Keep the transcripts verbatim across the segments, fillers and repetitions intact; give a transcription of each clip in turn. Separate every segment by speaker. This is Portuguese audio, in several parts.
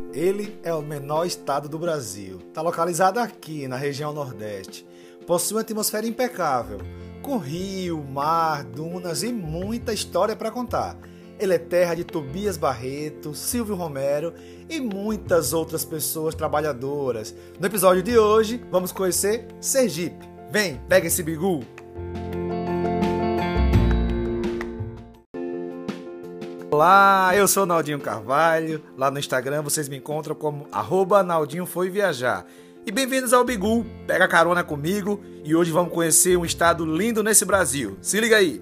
Speaker 1: Ele é o menor estado do Brasil. Está localizado aqui, na região Nordeste. Possui uma atmosfera impecável, com rio, mar, dunas e muita história para contar. Ele é terra de Tobias Barreto, Silvio Romero e muitas outras pessoas trabalhadoras. No episódio de hoje, vamos conhecer Sergipe. Vem, pega esse bigu! Olá, eu sou Naldinho Carvalho. Lá no Instagram vocês me encontram como arroba Naldinho Foi Viajar. E bem-vindos ao Bigu. Pega carona comigo e hoje vamos conhecer um estado lindo nesse Brasil. Se liga aí!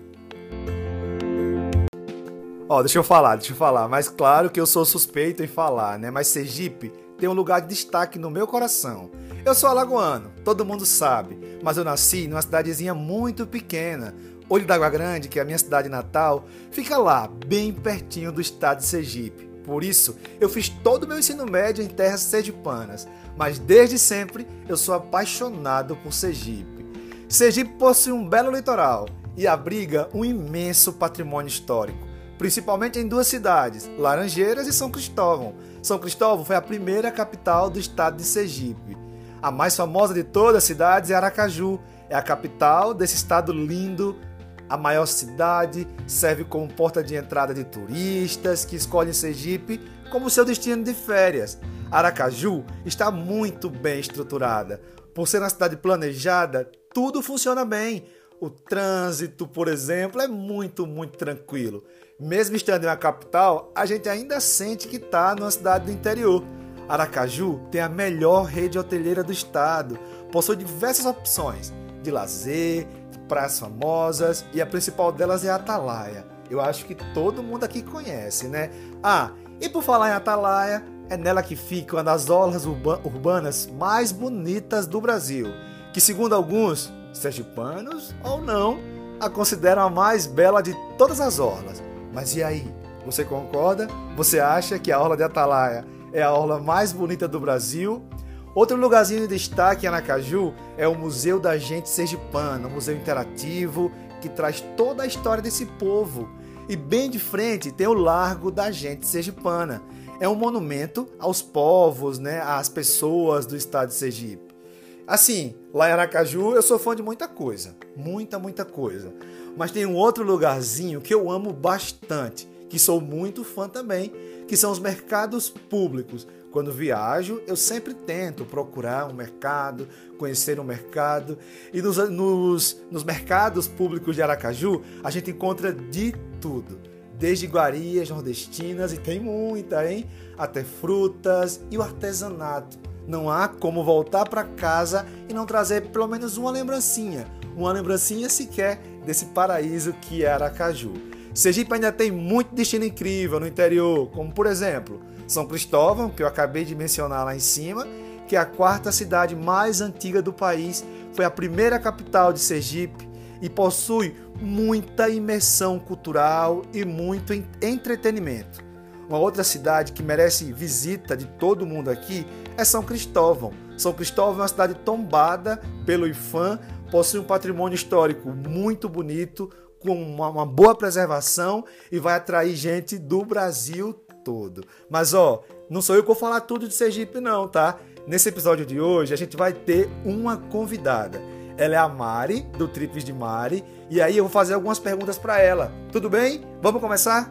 Speaker 1: Ó, deixa eu falar, deixa eu falar. Mas claro que eu sou suspeito em falar, né? Mas Sergipe tem um lugar de destaque no meu coração. Eu sou alagoano, todo mundo sabe. Mas eu nasci numa cidadezinha muito pequena. Olho d'Água Grande, que é a minha cidade natal, fica lá, bem pertinho do estado de Sergipe. Por isso, eu fiz todo o meu ensino médio em terras sergipanas, mas desde sempre eu sou apaixonado por Sergipe. Sergipe possui um belo litoral e abriga um imenso patrimônio histórico, principalmente em duas cidades, Laranjeiras e São Cristóvão. São Cristóvão foi a primeira capital do estado de Sergipe. A mais famosa de todas as cidades é Aracaju, é a capital desse estado lindo. A maior cidade serve como porta de entrada de turistas que escolhem Sergipe como seu destino de férias. Aracaju está muito bem estruturada. Por ser uma cidade planejada, tudo funciona bem. O trânsito, por exemplo, é muito, muito tranquilo. Mesmo estando em uma capital, a gente ainda sente que está numa cidade do interior. Aracaju tem a melhor rede hoteleira do estado. Possui diversas opções de lazer, praias famosas, e a principal delas é a Atalaia. Eu acho que todo mundo aqui conhece, né? Ah, e por falar em Atalaia, é nela que fica uma das orlas urba- urbanas mais bonitas do Brasil, que segundo alguns, sergipanos ou não, a consideram a mais bela de todas as orlas. Mas e aí? Você concorda? Você acha que a orla de Atalaia é a orla mais bonita do Brasil? Outro lugarzinho de destaque em Aracaju é o Museu da Gente Sergipana, um museu interativo que traz toda a história desse povo. E bem de frente tem o Largo da Gente Sergipana. É um monumento aos povos, né, às pessoas do estado de Sergipe. Assim, lá em Aracaju eu sou fã de muita coisa, muita, muita coisa. Mas tem um outro lugarzinho que eu amo bastante, que sou muito fã também, que são os mercados públicos. Quando viajo, eu sempre tento procurar um mercado, conhecer um mercado. E nos, nos, nos mercados públicos de Aracaju, a gente encontra de tudo. Desde iguarias nordestinas, e tem muita, hein? Até frutas e o artesanato. Não há como voltar para casa e não trazer pelo menos uma lembrancinha. Uma lembrancinha sequer desse paraíso que é Aracaju. Sergipe ainda tem muito destino incrível no interior, como por exemplo, São Cristóvão, que eu acabei de mencionar lá em cima, que é a quarta cidade mais antiga do país, foi a primeira capital de Sergipe e possui muita imersão cultural e muito entretenimento. Uma outra cidade que merece visita de todo mundo aqui é São Cristóvão. São Cristóvão é uma cidade tombada pelo IPHAN, possui um patrimônio histórico muito bonito, com uma, uma boa preservação e vai atrair gente do Brasil todo. Mas ó, não sou eu que vou falar tudo de Sergipe não, tá? Nesse episódio de hoje a gente vai ter uma convidada. Ela é a Mari, do Trips de Mari, e aí eu vou fazer algumas perguntas para ela. Tudo bem? Vamos começar?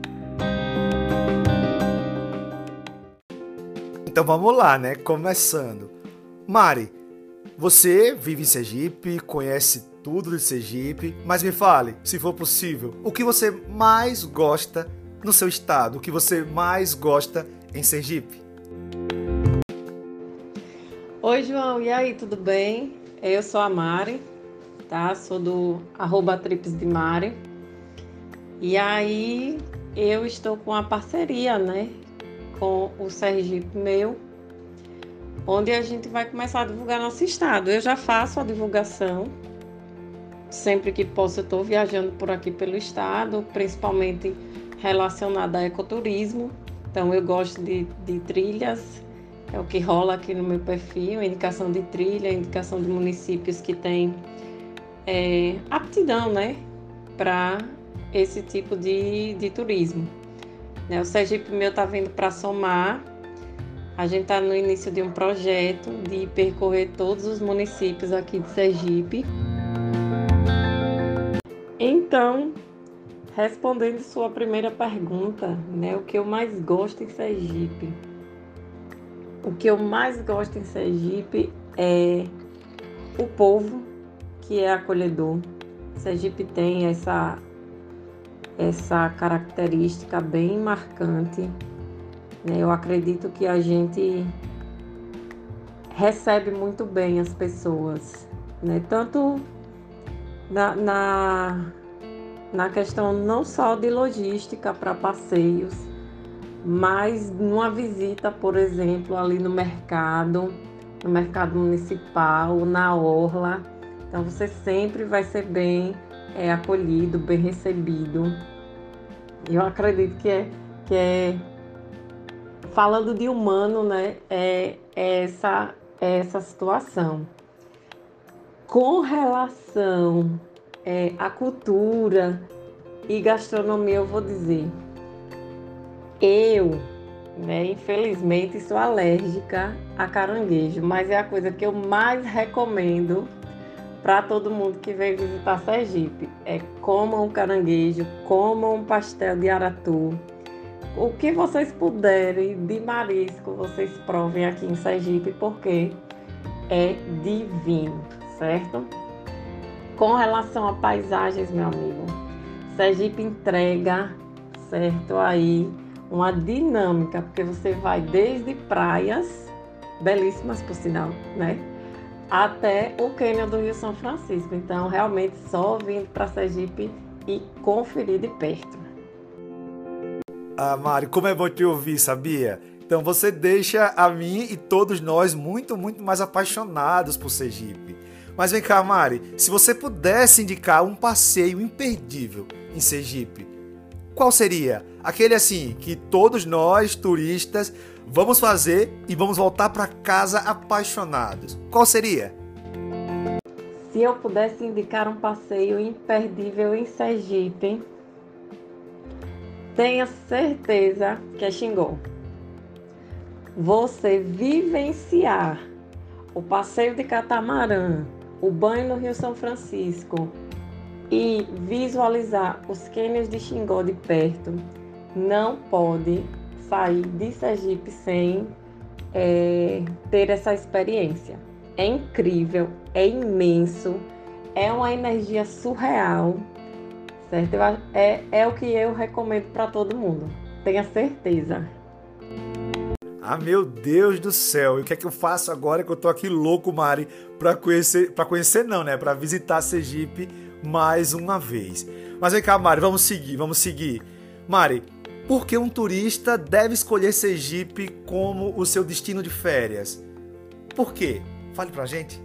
Speaker 1: Então vamos lá, né? Começando. Mari, você vive em Sergipe, conhece tudo de Sergipe, mas me fale, se for possível, o que você mais gosta no seu estado, o que você mais gosta em Sergipe?
Speaker 2: Oi, João, e aí, tudo bem? Eu sou a Mari, tá? Sou do arroba Trips de Mari. E aí, eu estou com uma parceria, né, com o Sergipe Meu, onde a gente vai começar a divulgar nosso estado. Eu já faço a divulgação, sempre que posso eu estou viajando por aqui pelo estado, principalmente relacionado a ecoturismo. Então eu gosto de, de trilhas, é o que rola aqui no meu perfil, indicação de trilha, indicação de municípios que têm é, aptidão, né, para esse tipo de, de turismo. Né, o Sergipe Meu está vindo para somar A gente está no início de um projeto de percorrer todos os municípios aqui de Sergipe. Então, respondendo sua primeira pergunta, né, o que eu mais gosto em Sergipe? O que eu mais gosto em Sergipe é o povo, que é acolhedor. Sergipe tem essa, essa característica bem marcante, né? Eu acredito que a gente recebe muito bem as pessoas, né? Tanto na, na, na questão não só de logística para passeios, mas numa visita, por exemplo, ali no mercado, no mercado municipal, na orla. Então você sempre vai ser bem é, acolhido, bem recebido. Eu acredito que é, que é falando de humano, né, é, é essa, é essa situação. Com relação é, à cultura e gastronomia, eu vou dizer, eu, né, infelizmente, sou alérgica a caranguejo, mas é a coisa que eu mais recomendo para todo mundo que vem visitar Sergipe. É comam um caranguejo, comam um pastel de aratu. O que vocês puderem de marisco, vocês provem aqui em Sergipe, porque é divino, certo? Com relação a paisagens, meu amigo, Sergipe entrega, certo, aí uma dinâmica, porque você vai desde praias, belíssimas por sinal, né? Até o cânion do Rio São Francisco. Então, realmente, só vindo para Sergipe e conferir de perto.
Speaker 1: Ah, Mari, como é bom te ouvir, sabia? Então, você deixa a mim e todos nós muito, muito mais apaixonados por Sergipe. Mas vem cá, Mari, se você pudesse indicar um passeio imperdível em Sergipe, qual seria? Aquele assim, que todos nós, turistas, vamos fazer e vamos voltar para casa apaixonados. Qual seria?
Speaker 2: Se eu pudesse indicar um passeio imperdível em Sergipe, tenha certeza que é Xingó. Você vivenciar o passeio de catamarã, o banho no Rio São Francisco e visualizar os cânions de Xingó de perto, não pode sair de Sergipe sem é, ter essa experiência. É incrível, é imenso, é uma energia surreal, certo? É, é o que eu recomendo para todo mundo, tenha certeza.
Speaker 1: Ah, meu Deus do céu, e o que é que eu faço agora que eu tô aqui louco, Mari, para conhecer, para conhecer não, né, para visitar Sergipe mais uma vez. Mas vem cá, Mari, vamos seguir, vamos seguir. Mari, por que um turista deve escolher Sergipe como o seu destino de férias? Por quê? Fale pra gente.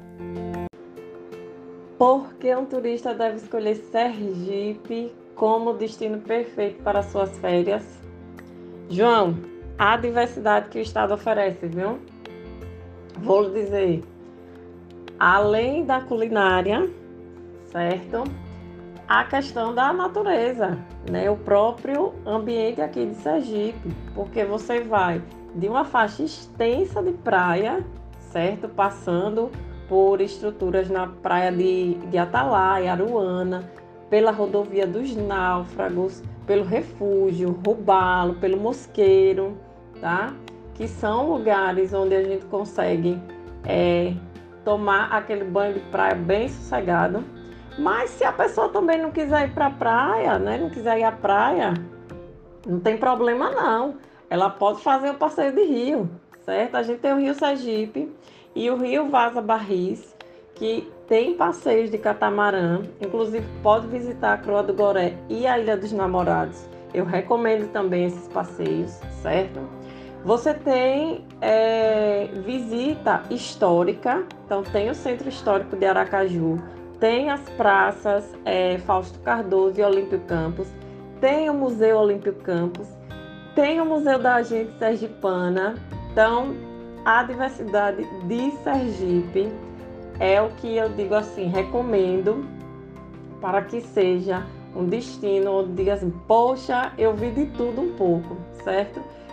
Speaker 2: Por que um turista deve escolher Sergipe como destino perfeito para suas férias? João, a diversidade que o estado oferece, viu? Vou lhe dizer, além da culinária, certo? A questão da natureza, né? O próprio ambiente aqui de Sergipe, porque você vai de uma faixa extensa de praia, certo? Passando por estruturas na praia de, de Atalaia, Aruana, pela rodovia dos Náufragos, pelo Refúgio, Robalo, pelo Mosqueiro, tá? Que são lugares onde a gente consegue é, tomar aquele banho de praia bem sossegado. Mas se a pessoa também não quiser ir para a praia, né? Não quiser ir à praia, não tem problema não. Ela pode fazer o passeio de rio, certo? A gente tem o Rio Sergipe e o Rio Vaza Barris, que tem passeios de catamarã. Inclusive pode visitar a Croa do Goré e a Ilha dos Namorados. Eu recomendo também esses passeios, certo? Você tem é, visita histórica, então tem o Centro Histórico de Aracaju, tem as praças é, Fausto Cardoso e Olímpio Campos, tem o Museu Olímpio Campos, tem o Museu da Gente Sergipana. Então, a diversidade de Sergipe é o que eu digo assim, recomendo para que seja um destino onde diga assim, poxa, eu vi de tudo um pouco, certo?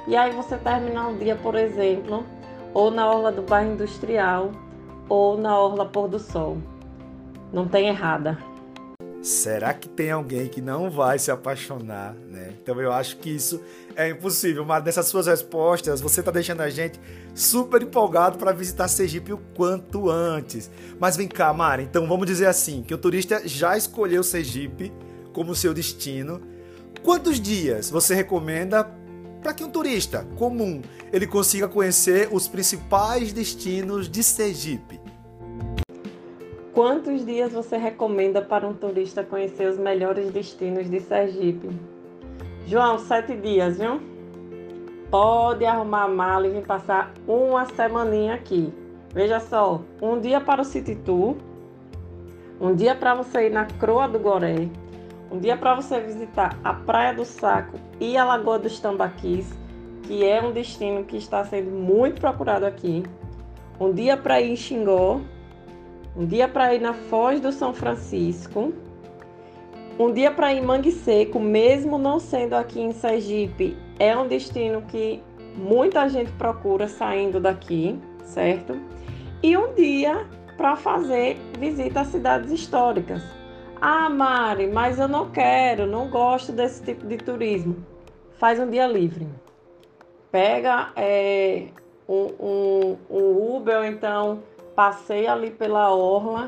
Speaker 2: E aí você terminar o dia, por exemplo, ou na orla do bairro industrial, ou na orla pôr do sol. Não tem errada.
Speaker 1: Será que tem alguém que não vai se apaixonar, né? Então eu acho que isso é impossível, mas nessas suas respostas você está deixando a gente super empolgado para visitar Sergipe o quanto antes. Mas vem cá, Mari, então vamos dizer assim, que o turista já escolheu Sergipe como seu destino. Quantos dias você recomenda para que um turista comum ele consiga conhecer os principais destinos de Sergipe?
Speaker 2: Quantos dias você recomenda para um turista conhecer os melhores destinos de Sergipe? João, sete dias, viu? Pode arrumar a mala e vir passar uma semaninha aqui. Veja só, um dia para o City Tour, um dia para você ir na Croa do Goré, um dia para você visitar a Praia do Saco e a Lagoa dos Tambaquis, que é um destino que está sendo muito procurado aqui, um dia para ir em Xingó, um dia para ir na Foz do São Francisco, um dia para ir em Mangue Seco, mesmo não sendo aqui em Sergipe, é um destino que muita gente procura saindo daqui, certo? E um dia para fazer visita às cidades históricas. Ah, Mari, mas eu não quero, não gosto desse tipo de turismo. Faz um dia livre. Pega é, um, um, um Uber ou então passeia ali pela orla,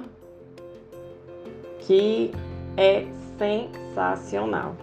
Speaker 2: que é sensacional.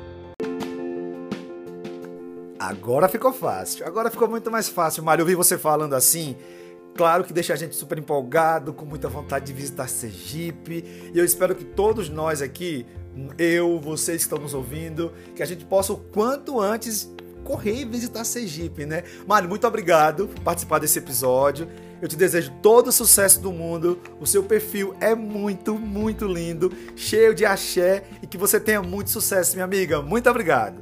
Speaker 1: Agora ficou fácil, agora ficou muito mais fácil, Mário. Eu vi você falando assim, claro que deixa a gente super empolgado, com muita vontade de visitar Sergipe, e eu espero que todos nós aqui, eu, vocês que estão nos ouvindo, que a gente possa o quanto antes correr e visitar Sergipe, né? Mário, muito obrigado por participar desse episódio. Eu te desejo todo o sucesso do mundo. O seu perfil é muito, muito lindo, cheio de axé, e que você tenha muito sucesso, minha amiga. Muito obrigado.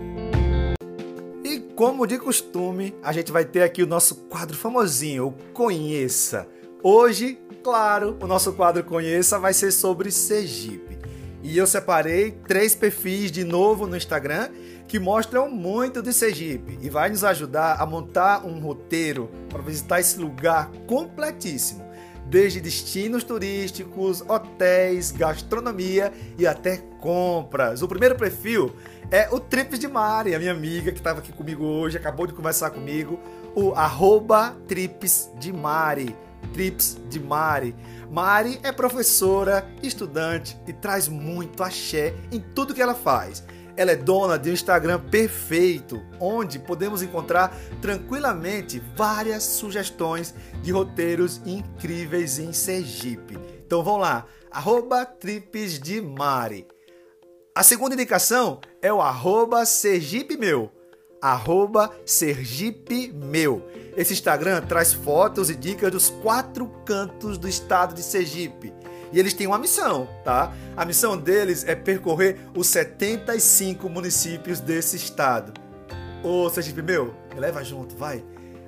Speaker 1: E como de costume, a gente vai ter aqui o nosso quadro famosinho, o Conheça. Hoje, claro, o nosso quadro Conheça vai ser sobre Sergipe. E eu separei três perfis de novo no Instagram que mostram muito de Sergipe e vai nos ajudar a montar um roteiro para visitar esse lugar completíssimo, desde destinos turísticos, hotéis, gastronomia e até compras. O primeiro perfil é o Trips de Mari, a minha amiga que estava aqui comigo hoje, acabou de conversar comigo, o arroba Trips de Mari, Trips de Mari. Mari é professora, estudante e traz muito axé em tudo que ela faz. Ela é dona de um Instagram perfeito, onde podemos encontrar tranquilamente várias sugestões de roteiros incríveis em Sergipe. Então vão lá, arroba Trips de Mari. A segunda indicação é o arroba Sergipe Meu, arroba Sergipe Meu. Esse Instagram traz fotos e dicas dos quatro cantos do estado de Sergipe. E eles têm uma missão, tá? A missão deles é percorrer os setenta e cinco municípios desse estado. Ô, Sergipe Meu, me leva junto, vai.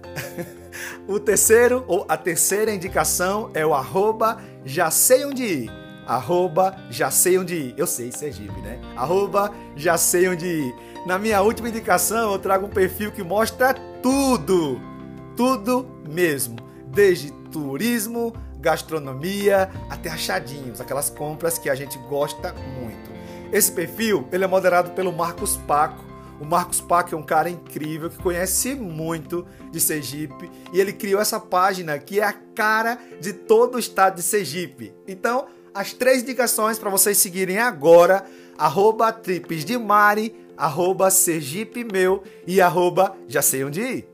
Speaker 1: O terceiro, ou a terceira indicação é o arroba Já Sei Onde Ir. Arroba Já Sei Onde Ir. Eu sei, Sergipe, né? Arroba Já Sei Onde Ir. Na minha última indicação, eu trago um perfil que mostra tudo. Tudo mesmo. Desde turismo, gastronomia, até achadinhos, aquelas compras que a gente gosta muito. Esse perfil, ele é moderado pelo Marcos Paco. O Marcos Paco é um cara incrível que conhece muito de Sergipe e ele criou essa página que é a cara de todo o estado de Sergipe. Então, as três indicações para vocês seguirem agora, arroba Trips de Mari, arroba Sergipe Meu e arroba Já Sei Onde Ir.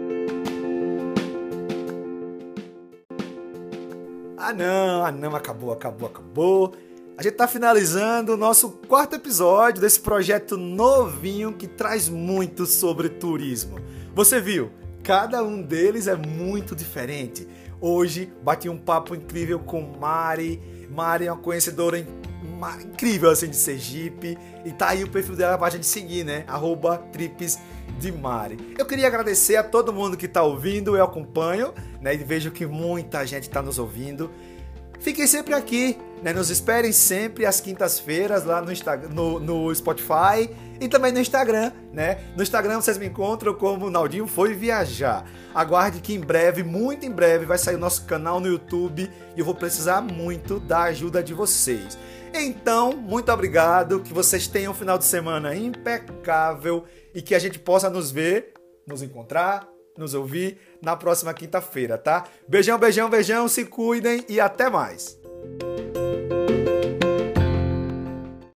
Speaker 1: Ah não, ah não, acabou, acabou, acabou. A gente tá finalizando o nosso quarto episódio desse projeto novinho que traz muito sobre turismo. Você viu? Cada um deles é muito diferente. Hoje bati um papo incrível com Mari. Mari é uma conhecedora incrível assim de Sergipe. E tá aí o perfil dela pra gente seguir, né? Arroba Trips de Mari. Eu queria agradecer a todo mundo que tá ouvindo, eu acompanho, né? E vejo que muita gente tá nos ouvindo. Fiquem sempre aqui né? Nos esperem sempre às quintas-feiras lá no, Insta- no, no Spotify e também no Instagram, né? No Instagram vocês me encontram como Naldinho Foi Viajar. Aguarde que em breve, muito em breve, vai sair o nosso canal no YouTube e eu vou precisar muito da ajuda de vocês. Então, muito obrigado, que vocês tenham um final de semana impecável e que a gente possa nos ver, nos encontrar, nos ouvir na próxima quinta-feira, tá? Beijão, beijão, beijão, se cuidem e até mais!